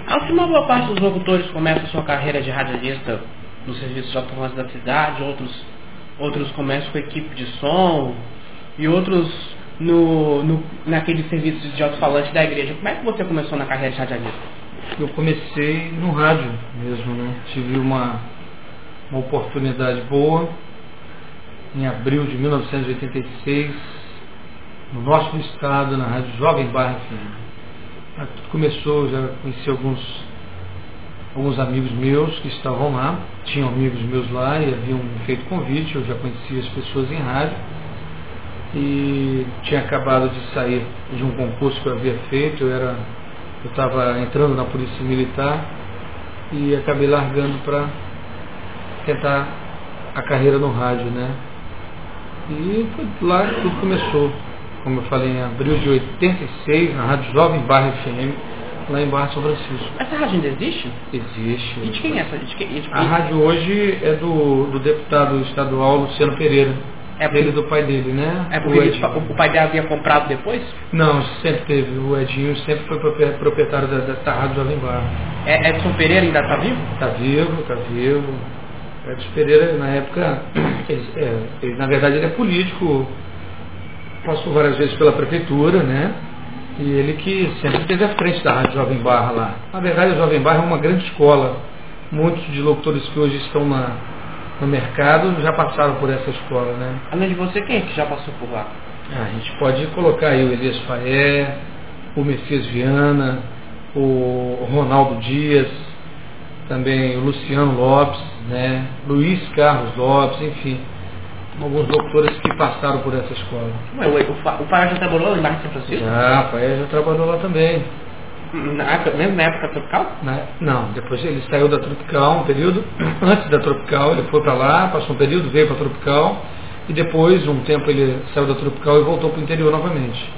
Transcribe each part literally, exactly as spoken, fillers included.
Acho que uma boa parte dos locutores começa a sua carreira de radialista nos serviços de alto-falante da cidade, outros, outros começam com equipe de som e outros no, no, naqueles serviços de alto-falante da igreja. Como é que você começou na carreira de radialista? Eu comecei no rádio mesmo, né? Tive uma, uma oportunidade boa em abril de mil novecentos e oitenta e seis, no norte do estado, na rádio Jovem Barra F M. Tudo começou, já conheci alguns, alguns amigos meus que estavam lá, tinham amigos meus lá e haviam feito convite, eu já conhecia as pessoas em rádio e tinha acabado de sair de um concurso que eu havia feito, eu era, eu estava entrando na Polícia Militar e acabei largando para tentar a carreira no rádio, né? E foi lá que tudo começou. Como eu falei, em abril de oitenta e seis, na Rádio Jovem Barra F M, lá em Barra São Francisco. Essa rádio ainda existe? Existe. E de quem é essa? De quem, de a rádio hoje é do, do deputado estadual Luciano Pereira. É dele, do pai dele, né? É porque o, ele, o pai dele havia comprado depois? Não, sempre teve. O Edinho sempre foi proprietário da, dessa Rádio Jovem Barra. É, Edson Pereira ainda está vivo? Está vivo, está vivo. Edson Pereira, na época, ele, é, ele, na verdade ele é político, passou várias vezes pela prefeitura, né? E ele que sempre esteve à frente da Rádio Jovem Barra lá. Na verdade, a Jovem Barra é uma grande escola. Muitos de locutores que hoje estão na, no mercado já passaram por essa escola, né? Além de você, quem é que já passou por lá? Ah, a gente pode colocar aí o Elias Faé, o Messias Viana, o Ronaldo Dias, também o Luciano Lopes, né? Luiz Carlos Lopes, enfim. Alguns doutores que passaram por essa escola. Ué, o, o, o pai já trabalhou em Barra de São Francisco? Já, o pai já trabalhou lá também. Na época, mesmo na época tropical? Na, não, depois ele saiu da Tropical um período, antes da Tropical ele foi para lá, passou um período, veio para a Tropical e depois, um tempo ele saiu da Tropical e voltou para o interior novamente.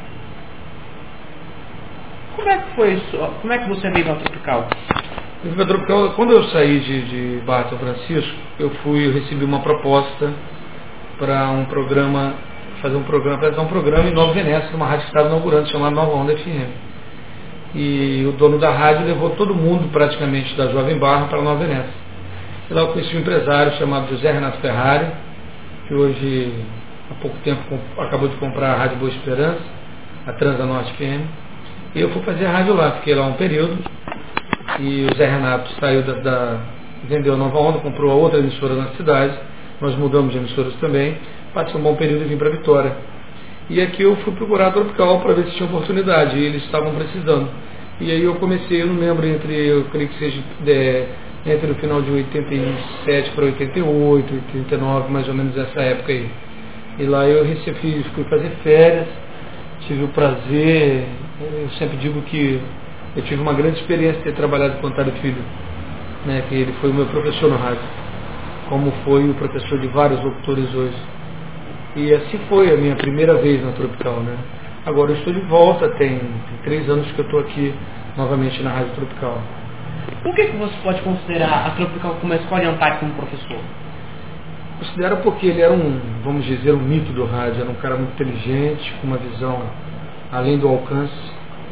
Como é que foi isso? Como é que você veio para a Tropical? A Tropical, quando eu saí de, de Barra de São Francisco, eu fui, eu recebi uma proposta para um programa, fazer um programa, para um programa em Nova Venécia, numa rádio que estava inaugurando, chamada Nova Onda F M. E o dono da rádio levou todo mundo, praticamente, da Jovem Barra para Nova Venécia. E lá eu conheci um empresário chamado José Renato Ferrari, que hoje, há pouco tempo, acabou de comprar a Rádio Boa Esperança, a Transanorte F M. E eu fui fazer a rádio lá, fiquei lá um período. E o Zé Renato saiu da, da vendeu a Nova Onda, comprou a outra emissora na cidade. Nós mudamos de emissoras também, passei um bom período e vim para Vitória. E aqui eu fui procurar a Tropical para ver se tinha oportunidade, e eles estavam precisando. E aí eu comecei, eu não lembro, entre, eu creio que seja é, entre o final de oitenta e sete para oitenta e oito, oitenta e nove, mais ou menos essa época aí. E lá eu recebi, fui fazer férias, tive o prazer, eu sempre digo que eu tive uma grande experiência de ter trabalhado com o Antário Filho, né, que ele foi o meu professor no rádio, como foi o professor de vários locutores hoje. E assim foi a minha primeira vez na Tropical, né? Agora eu estou de volta, tem, tem três anos que eu estou aqui novamente na Rádio Tropical. Por que, que você pode considerar a Tropical como uma escola de Antário como professor? Considero porque ele era um, vamos dizer, um mito do rádio, era um cara muito inteligente, com uma visão além do alcance.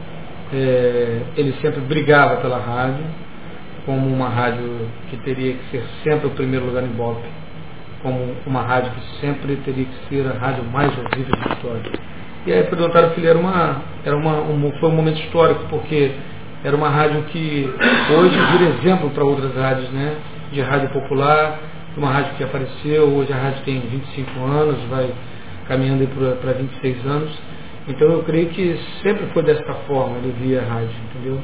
É, ele sempre brigava pela rádio, como uma rádio que teria que ser sempre o primeiro lugar em Ibope, como uma rádio que sempre teria que ser a rádio mais ouvida de Vitória. E aí, para o Antário Filho, era uma, era uma, um, foi um momento histórico, porque era uma rádio que hoje vira exemplo para outras rádios, né? De rádio popular, uma rádio que apareceu, hoje a rádio tem vinte e cinco anos, vai caminhando para vinte e seis anos. Então eu creio que sempre foi dessa forma, ele via a rádio, entendeu?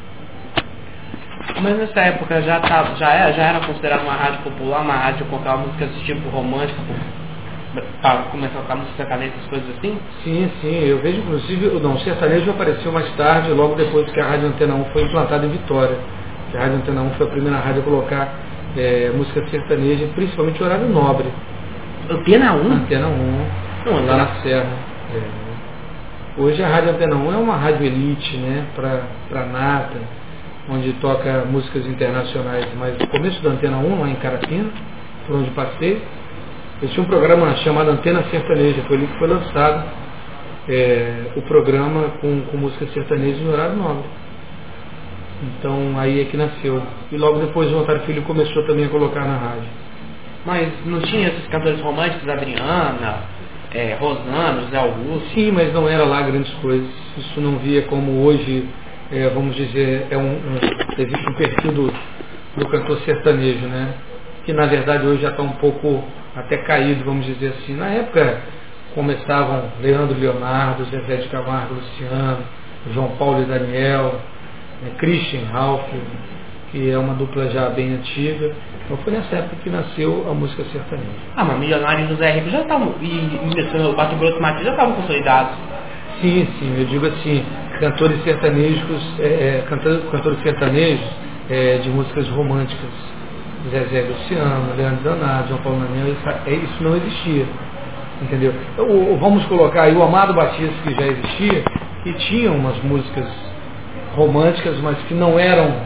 Mas nessa época já, tá, já, era, já era considerada uma rádio popular, uma rádio com aquela música desse tipo romântica, para começar a tocar música sertaneja, essas coisas assim? Sim, sim, eu vejo inclusive, não, o sertanejo apareceu mais tarde, logo depois que a Rádio Antena um foi implantada em Vitória. A Rádio Antena um foi a primeira rádio a colocar é, música sertaneja, principalmente o horário nobre. Antena um? Antena um, não, lá na Serra. É. Hoje a Rádio Antena um é uma rádio elite, né, para nata, onde toca músicas internacionais, mas no começo da Antena um, lá em Carapina, por onde passei, eu tinha um programa chamado Antena Sertaneja, foi ali que foi lançado é, o programa com, com música sertaneja em horário nobre. Então aí é que nasceu. E logo depois o Otário Filho começou também a colocar na rádio. Mas não tinha esses cantores românticos, Adriana, é, Rosana, José Augusto? Sim, mas não era lá grandes coisas. Isso não via como hoje, é, vamos dizer, é um, um, existe um perfil do, do cantor sertanejo, né? Que na verdade hoje já está um pouco até caído, vamos dizer assim. Na época começavam Leandro Leonardo, Zezé de Camargo, Luciano, João Paulo e Daniel, né, Christian Ralph, que é uma dupla já bem antiga. Então foi nessa época que nasceu a música sertaneja. Ah, mas Milionário e José Rico já estavam, e o Mato Grosso e Matias já estavam consolidados. Sim, sim, eu digo assim, cantores sertanejos, é, é, cantores, cantores sertanejos é, de músicas românticas, Zezé Luciano, Leandro Leonardo, João Paulo Daniel, isso, isso não existia, entendeu? Então, vamos colocar aí o Amado Batista, que já existia, que tinha umas músicas românticas, mas que não eram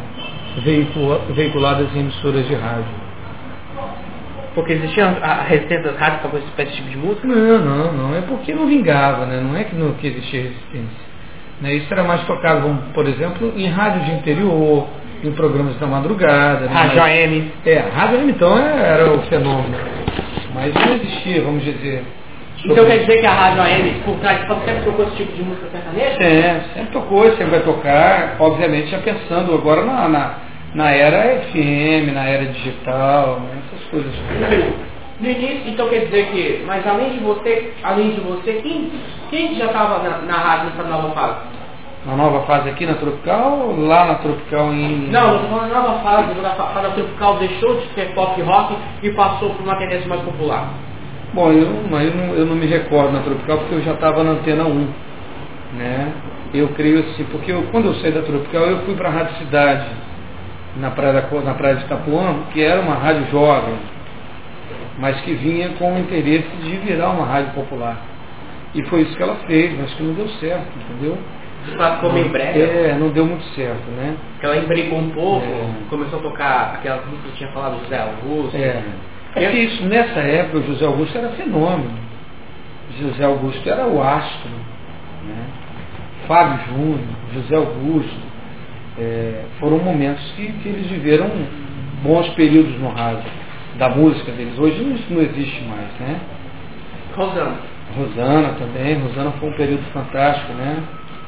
veiculadas em emissoras de rádio. Porque existiam a resistência das rádios para esse tipo de música? Não, não, não. É porque não vingava, né? Não é que, não, que existia resistência. Né? Isso era mais tocado, por exemplo, em rádios de interior, em programas da madrugada. Né? Rádio A M. É, a Rádio A M então era o fenômeno. Mas não existia, vamos dizer. Então quer dizer que a Rádio A M, por trás, sempre tocou esse tipo de música sertaneja? É, sempre tocou, sempre vai tocar, obviamente já pensando agora na, na, na era F M, na era digital, né, essas coisas. No início, então quer dizer que, mas além de você, além de você, quem, quem já estava na, na rádio nessa nova fase? Na nova fase aqui na Tropical, lá na Tropical em... Não, eu estou falando na nova fase, quando a fase Tropical deixou de ser pop rock e passou por uma tendência mais popular. Bom, eu, eu, não, eu não me recordo na Tropical porque eu já estava na Antena um, né? Eu creio assim, porque eu, quando eu saí da Tropical eu fui para a Rádio Cidade, na praia, da, na praia de Itapuã, que era uma rádio jovem, mas que vinha com o interesse de virar uma rádio popular. E foi isso que ela fez, mas que não deu certo, entendeu? Ela ficou meio breve? É, não deu muito certo, né? Ela embricou um pouco, é. começou a tocar aquelas músicas que eu tinha falado, José Augusto. É. É que isso, nessa época, o José Augusto era fenômeno. José Augusto era o astro, né? Fábio Júnior, José Augusto, é, foram momentos que, que eles viveram bons períodos no rádio, da música deles. Hoje isso não existe mais, né? Rosana. Rosana também, Rosana foi um período fantástico, né?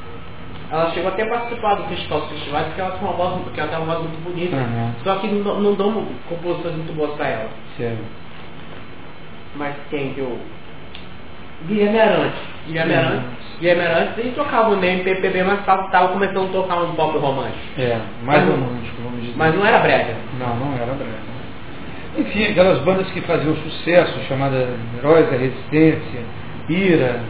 Ela chegou até a participar do festival dos festivais porque ela tem uma voz, porque ela tem uma voz muito bonita. Uhum. Só que não, não dão composições muito boas pra ela. Sério. Mas quem deu? Guilherme Arantes. Guilherme Arantes. Guilherme Arantes, ele tocava meio P P B, mas estava começando a tocar um pop romântico. É, mais mas, romântico, vamos dizer. Mas não era brega. Não, não era brega. Enfim, aquelas bandas que faziam sucesso, chamadas Heróis da Resistência, Ira,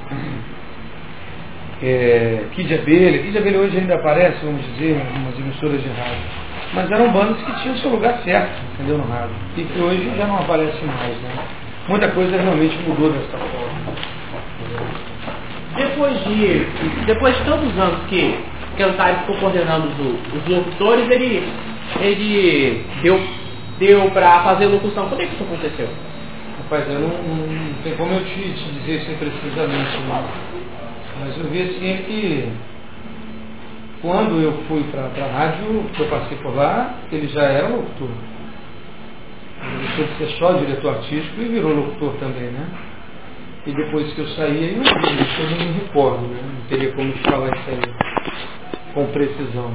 é, Kid Abelha. Kid Abelha hoje ainda aparece, vamos dizer, em umas emissoras de rádio. Mas eram bandas que tinham seu lugar certo, entendeu, no rádio. E que hoje já não aparecem mais, né? Muita coisa realmente mudou dessa forma. Depois de, depois de tantos anos que, que o Antônio ficou coordenando os, os locutores, ele, ele deu, deu para fazer locução. Quando é que isso aconteceu? Rapaz, eu não, não, não tem como eu te, te dizer isso precisamente, não. Mas eu vi assim que quando eu fui para a rádio, que eu passei por lá, ele já era locutor. Ele deixou de ser só diretor artístico e virou locutor também, né? E depois que eu saí, aí eu não, eu não me recordo, né? Não teria como te falar isso aí com precisão.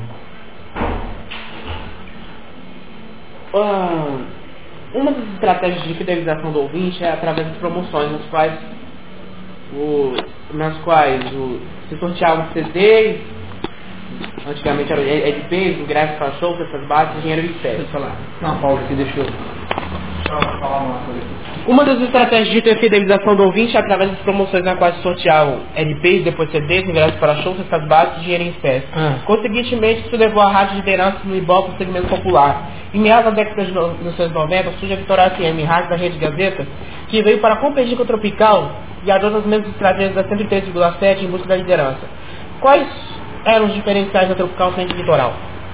Ah, uma das estratégias de fidelização do ouvinte é através de promoções, nas quais, o, nas quais o, se sorteavam C Ds, antigamente eram L Ps, ingressos para shows, essas bases, dinheiro em espécie. Deixa eu falar. Não, Paulo, aqui deixa eu... falar uma coisa. Uma das estratégias de fidelização do ouvinte é através das promoções na quais sorteavam L Ps, depois C Ds, ingressos para shows, cestas básicas e dinheiro em espécie. Ah. Consequentemente, isso levou a rádio liderança no Ibope no segmento popular. Em meados da década de mil novecentos e noventa, surge a Vitória F M, rádio da Rede Gazeta, que veio para competir com o Tropical e adota as mesmas estratégias da cento e três vírgula sete em busca da liderança. Quais eram os diferenciais da Tropical frente ao Litoral?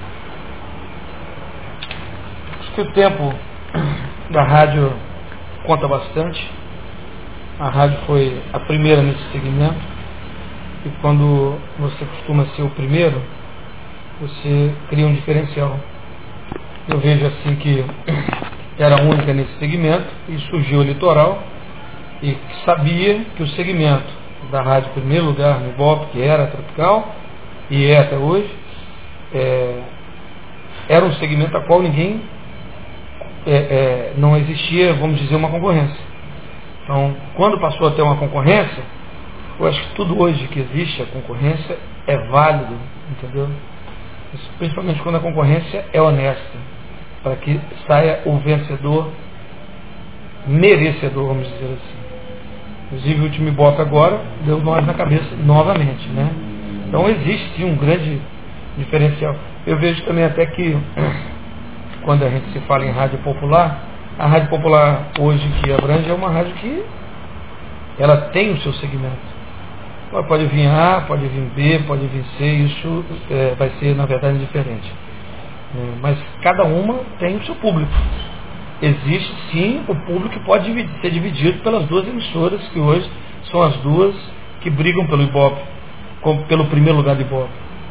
Acho que o tempo da rádio conta bastante. A rádio foi a primeira nesse segmento, e quando você costuma ser o primeiro, você cria um diferencial. Eu vejo assim que era única nesse segmento e surgiu o Litoral e sabia que o segmento da rádio, em primeiro lugar, no Ibope, que era Tropical e é até hoje, é, era um segmento a qual ninguém é, é, não existia, vamos dizer, uma concorrência. Então, quando passou a ter uma concorrência, eu acho que tudo hoje que existe, a concorrência, é válido, entendeu? Principalmente quando a concorrência é honesta, para que saia o vencedor merecedor, vamos dizer assim. Inclusive o último Ibope agora deu nós na cabeça novamente, né? Então existe sim um grande diferencial. Eu vejo também até que quando a gente se fala em rádio popular, a rádio popular hoje que abrange é uma rádio que ela tem o seu segmento. Pode vir A, pode vir B, pode vir C, isso é, vai ser na verdade diferente. É, mas cada uma tem o seu público. Existe sim o público que pode ser dividido pelas duas emissoras, que hoje são as duas que brigam pelo Ibope, como pelo primeiro lugar do Ibope.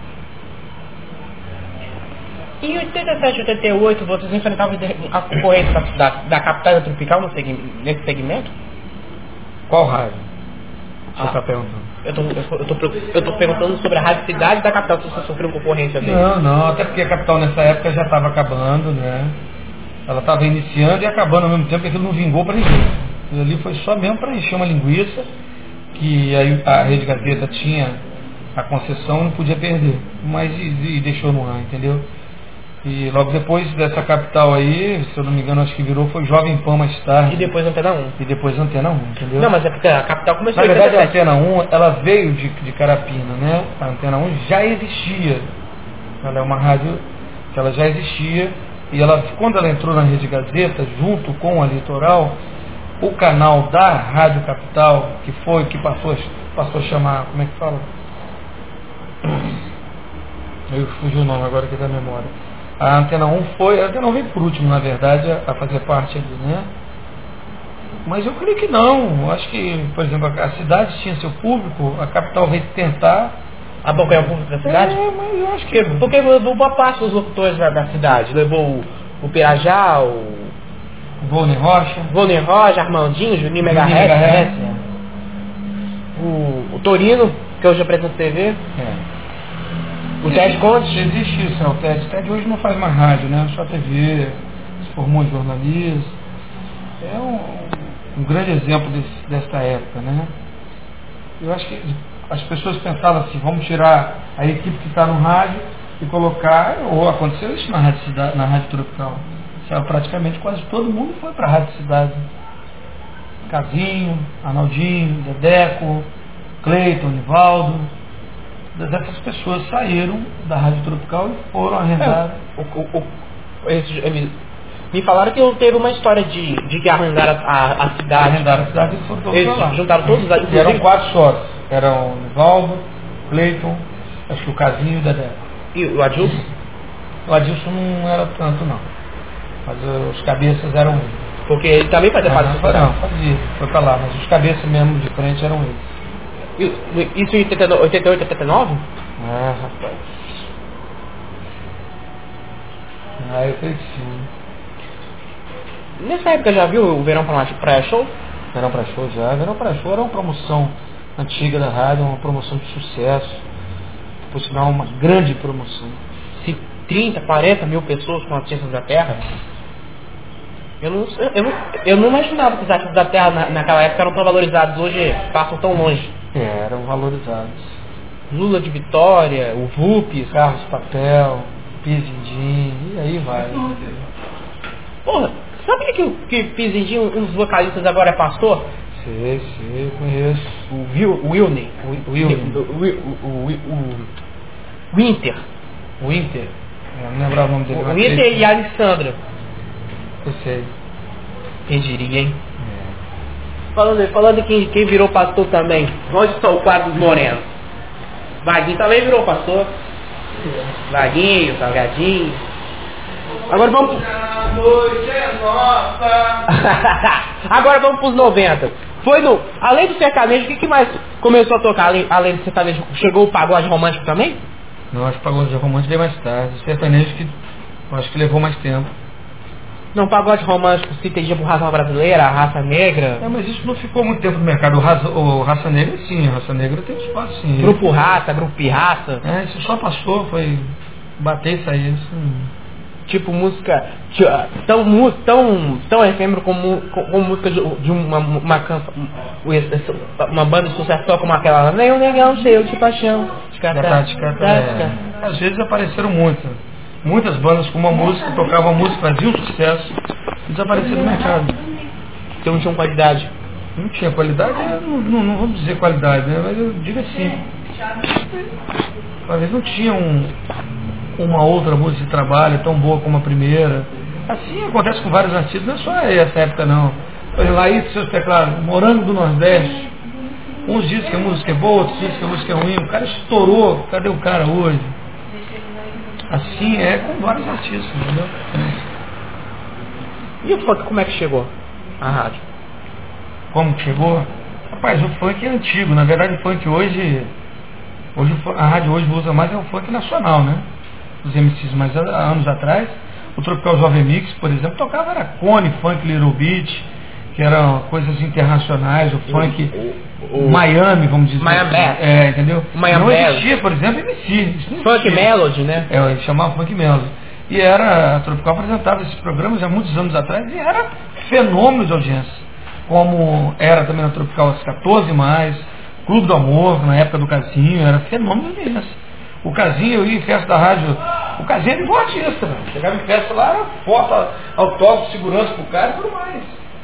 Em oitenta e sete e oitenta e oito vocês enfrentavam a concorrência da, da, da capital tropical no segmento, nesse segmento? Qual rádio? Você está Ah, perguntando? Eu tô, eu, tô, eu tô perguntando sobre a rádio cidade da capital, se você sofreu concorrência dele. Não, não, até porque a capital nessa época já estava acabando, né? Ela estava iniciando e acabando ao mesmo tempo, porque aquilo não vingou para ninguém. Aquilo ali foi só mesmo para encher uma linguiça, que aí a Rede Gazeta tinha a concessão e não podia perder, mas e, e deixou no ar, entendeu? E logo depois dessa capital aí, se eu não me engano, acho que virou, foi Jovem Pan mais tarde. E depois Antena um. E depois Antena um, entendeu? Não, mas é porque a capital começou Na em verdade, a oitenta e sete. Antena um, ela veio de, de Carapina, né? A Antena um já existia. Ela é uma rádio que ela já existia. E ela, quando ela entrou na Rede Gazeta, junto com a Litoral, o canal da Rádio Capital, que foi, que passou, passou a chamar, como é que fala? Eu fugi o nome agora aqui da memória. A Antena um foi, a Antena um veio por último, na verdade, a, a fazer parte ali, né? Mas eu creio que não. Eu acho que, por exemplo, a, a cidade tinha seu público, a Capital veio tentar Acompanhar o público da cidade? É, mas eu acho que... Porque, porque levou boa parte dos locutores da, da cidade. Levou o, o Pirajá, o... Volney Rocha. Volney Rocha, Armandinho, Juninho Megahertz, né? O, o Torino, que hoje apresenta T V. É. O Ted Conte. Existe isso, né? O Ted. O Ted hoje não faz mais rádio, né? Só T V, se formou em jornalismo. É um, um grande exemplo desse, dessa época, né? Eu acho que as pessoas pensavam assim, vamos tirar a equipe que está no rádio e colocar, ou aconteceu isso na Rádio Cidade, na Rádio Tropical. Praticamente quase todo mundo foi para a Rádio Cidade. Casinho, Arnaldinho, Dedeco, Cleiton, Nivaldo. Essas pessoas saíram da Rádio Tropical e foram arrendar. É, o, o, o, esse, me, me falaram que teve uma história de, de que arrendaram a, a, a cidade. Arrendaram a cidade e foram todos eles lá. juntaram todos os E eram quatro sócios. Eram o Nivaldo, Cleiton, acho que o Casinho e o Dedeco. E o Adilson? O Adilson não era tanto não. Mas uh, os cabeças eram eles. Porque ele também fazia parte do Não, fazia, foi pra lá, mas os cabeças mesmo de frente eram eles. E, isso em oitenta e oito, oitenta e nove? Ah, rapaz. Ah, eu creio que sim. Nessa época já viu o Verão Praia Show? Verão Praia Show já. Verão Praia Show era uma promoção antiga da rádio, uma promoção de sucesso. Por sinal, uma grande promoção. Se trinta, quarenta mil pessoas com artistas da Terra. Eu não, eu, não, eu não imaginava que os artistas da Terra na, naquela época eram tão valorizados. Hoje passam tão longe. É, eram valorizados. Lula de Vitória, o Vup, Carlos Papel, Pizindim, e aí vai. Porra, sabia que, que Pizindim, um dos vocalistas agora é pastor? Sei, sei, conheço. O Wil, o Wilney. O, Wilney. O, o, o, o Winter. Winter. Eu não lembrava o nome dele. O Winter e a Alessandra. Eu sei. Quem diria, hein? É. Falando, falando quem, quem virou pastor também. Onde está o quadro dos morenos? Vaguinho também virou pastor. Vaguinho, Salgadinho. Agora vamos. A noite é nossa. Agora vamos para os noventa. Foi no. Além do sertanejo, o que, que mais começou a tocar além, além do sertanejo? Chegou o pagode romântico também? Não, acho que o pagode romântico veio mais tarde. O sertanejo que eu acho que levou mais tempo. Não, pagode romântico se entendia por raça brasileira, a raça negra. É, mas isso não ficou muito tempo no mercado. O Raça, o raça Negra, sim. A Raça Negra tem espaço, sim. Grupo Raça, Grupo Pirraça. É, isso só passou, foi bater e sair. Isso. Tipo música tão, tão, tão efêmero como, como música de, de uma, uma, canção, uma banda de sucesso como aquela. Nem o negão cheio de paixão. Ticatá, ticatá, é. Às vezes apareceram muitas. Muitas bandas com uma música, tocavam a música, faziam sucesso e desapareceram no mercado. Então não tinham qualidade. Não tinha qualidade, não, não, não vamos dizer qualidade, né? Mas eu digo assim. Talvez não tinha um, uma outra música de trabalho tão boa como a primeira. Assim acontece com vários artistas, não é só essa época não. Olha lá aí, seus teclados, Morango do Nordeste. Uns dizem que a música é boa, outros dizem que a música é ruim. O cara estourou, cadê o cara hoje? Assim é com vários artistas, entendeu? E o funk, como é que chegou à rádio? Como que chegou? Rapaz, o funk é antigo. Na verdade, o funk hoje... hoje a rádio hoje usa mais é o funk nacional, né? Os M Cs mais há anos atrás. O Tropical Jovem Mix, por exemplo, tocava era Cone, Funk Little Beach, que eram coisas internacionais, o funk o, o, Miami, vamos dizer. Miami assim. É, entendeu? Miami não existia, por exemplo, M C. Funk Melody, né? É, eles chamavam Funk Melody. E era, a Tropical apresentava esses programas há muitos anos atrás e era fenômeno de audiência. Como era também na Tropical às quatorze mais, Clube do Amor, na época do Casinho, era fenômeno de audiência. O Casinho, eu ia em festa da rádio, o Casinho era igual artista, velho. Chegava em festa lá, era foto, autógrafo, segurança pro cara e tudo mais.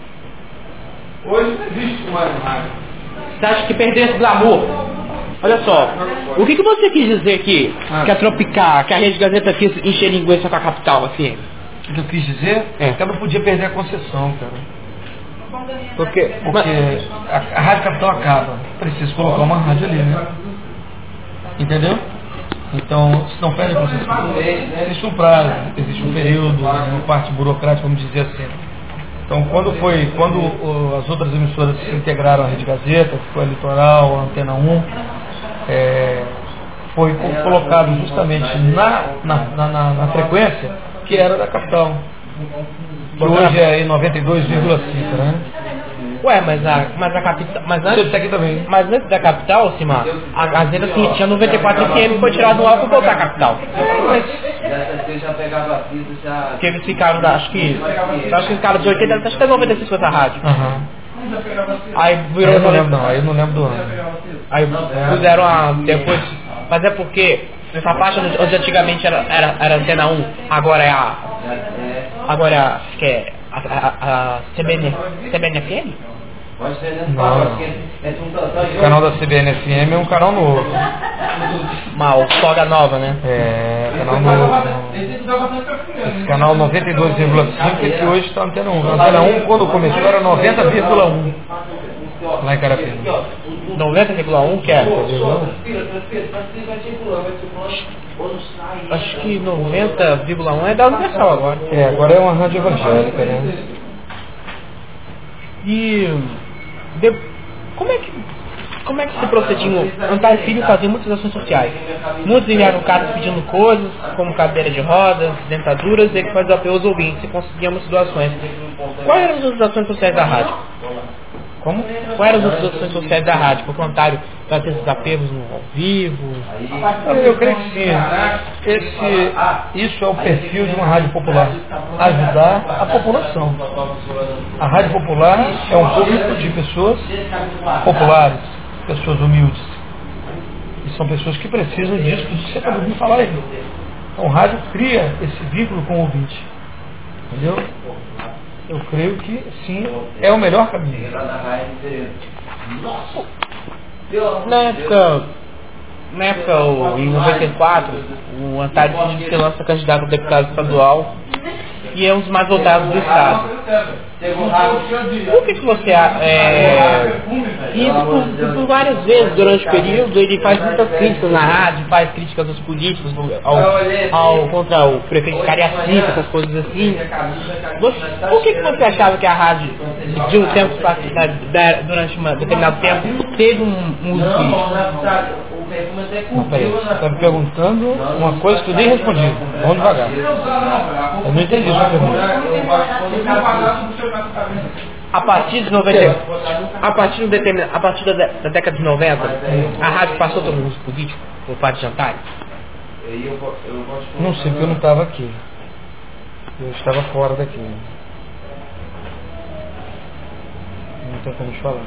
Hoje não existe mais no rádio. Você acha que perdeu esse glamour? Olha só, o que, que você quis dizer aqui? Ah. Que a Tropical, que a Rede Gazeta quis encher linguiça com a Capital, assim? O que eu quis dizer? É que ela não podia perder a concessão, cara. Porque, Porque mas... a, a Rádio Capital acaba. Precisa colocar uma rádio ali, né? Entendeu? Então, se não perde a concessão, existe um prazo, existe um período, uma parte burocrática, vamos dizer assim. Então, quando foi, quando o, as outras emissoras se integraram à Rede Gazeta, que foi a Litoral, a Antena um, é, foi colocado justamente na, na, na, na frequência que era da Capital. Que hoje é em noventa e dois vírgula cinco, né? Ué, mas a, mas a Capital... Mas antes, Você tá aqui também. Mas antes da Capital, Simar, a Gazeta tinha noventa e quatro F M, foi tirado do ar para botar a Capital. Você já pegava a fita, já... Porque eles ficaram, da, acho que... Acho que ficaram de oitenta, acho que até noventa e seis com essa rádio. Uhum. Aí virou... Aí eu não lembro não, aí eu não lembro do ano. Aí fizeram a... Depois... Mas é porque... Essa faixa onde antigamente era, era, era Antena um, agora é a... Agora é a... Acho que é... A, a, a C B N, C B N F M? Não. O canal da C B N F M é um canal novo. Mal, Soga Nova, né? É, canal novo. Esse canal noventa e dois vírgula cinco é que hoje está Antena um. A Antena um, quando começou, era noventa vírgula um. Lá em Carapina. noventa vírgula um que é? Acho que noventa vírgula um é da Universal agora. É, agora é uma rádio evangélica, né? E... De, como é que... Como é que se procedia? Antônio Filho fazia muitas ações sociais. Muitos enviaram cartas pedindo coisas, como cadeira de rodas, dentaduras, e ele fazia apelo aos ouvintes e conseguia muitas doações. Quais eram as outras ações sociais da rádio? Como? Quais eram as outras ações sociais da rádio? Porque o Antônio fazia esses apelos no ao vivo? Eu creio que sim. Esse, isso é o perfil de uma rádio popular. Ajudar a população. A rádio popular é um público de pessoas populares, pessoas humildes. E são pessoas que precisam disso que você acabou de falar aí. Então a rádio cria esse vínculo com o ouvinte. Entendeu? Eu creio que sim, é o melhor caminho. Na época, na época o, em noventa e quatro, o Antônio Filho se lança candidato a deputado estadual e é um dos mais votados do estado. Por que, que você é, isso por, por várias vezes durante o período ele faz muitas críticas na rádio, faz críticas aos políticos, ao, ao, contra o prefeito Cariacica, essas coisas assim. Você, por que, que você achava que a rádio de um tempo durante um determinado tempo teve um, um uso político? perfume até Não, peraí, cobriu, você está me perguntando uma coisa que eu nem respondi. Vamos devagar. Eu não entendi sua pergunta. A partir de noventa, a partir, de determin- a partir da, da década de noventa, a rádio passou pelo uso político por parte de Jantares? Não sei, porque eu não estava aqui. Eu estava fora daqui. Não tem como te falar.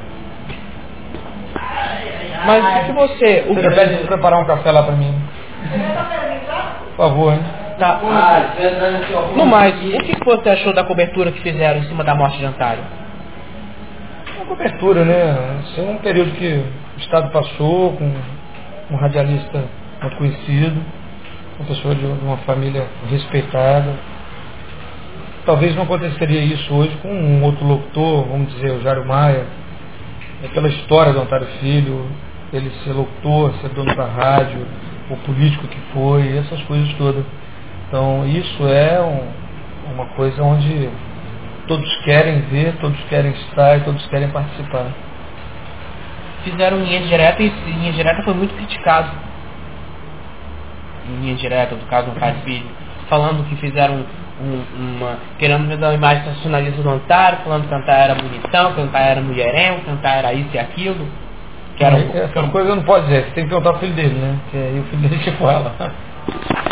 Mas o que, que você... O Você que pede para preparar um café lá para mim? Por favor, hein? tá, no mais, o que que você achou da cobertura que fizeram em cima da morte de Jantares? Uma cobertura, né? Isso é um período que o Estado passou com um radialista muito conhecido, uma pessoa de uma família respeitada. Talvez não aconteceria isso hoje com um outro locutor, vamos dizer, o Jário Maia. Aquela história do Antáreo Filho, ele ser locutor, ser dono da rádio, o político que foi, essas coisas todas. Então isso é um, uma coisa onde todos querem ver, todos querem estar e todos querem participar. Fizeram linha direta e linha direta foi muito criticado. Linha direta, do caso do Antáreo Filho, falando que fizeram um, uma... querendo ver uma imagem sensacionalista do Antáreo, falando que o Antáreo era bonitão, que o Antáreo era mulherengo, que o Antário era isso e aquilo. Que era um... Essas coisas eu não posso dizer, você tem que perguntar ao filho dele, né? Que aí o filho dele te fala.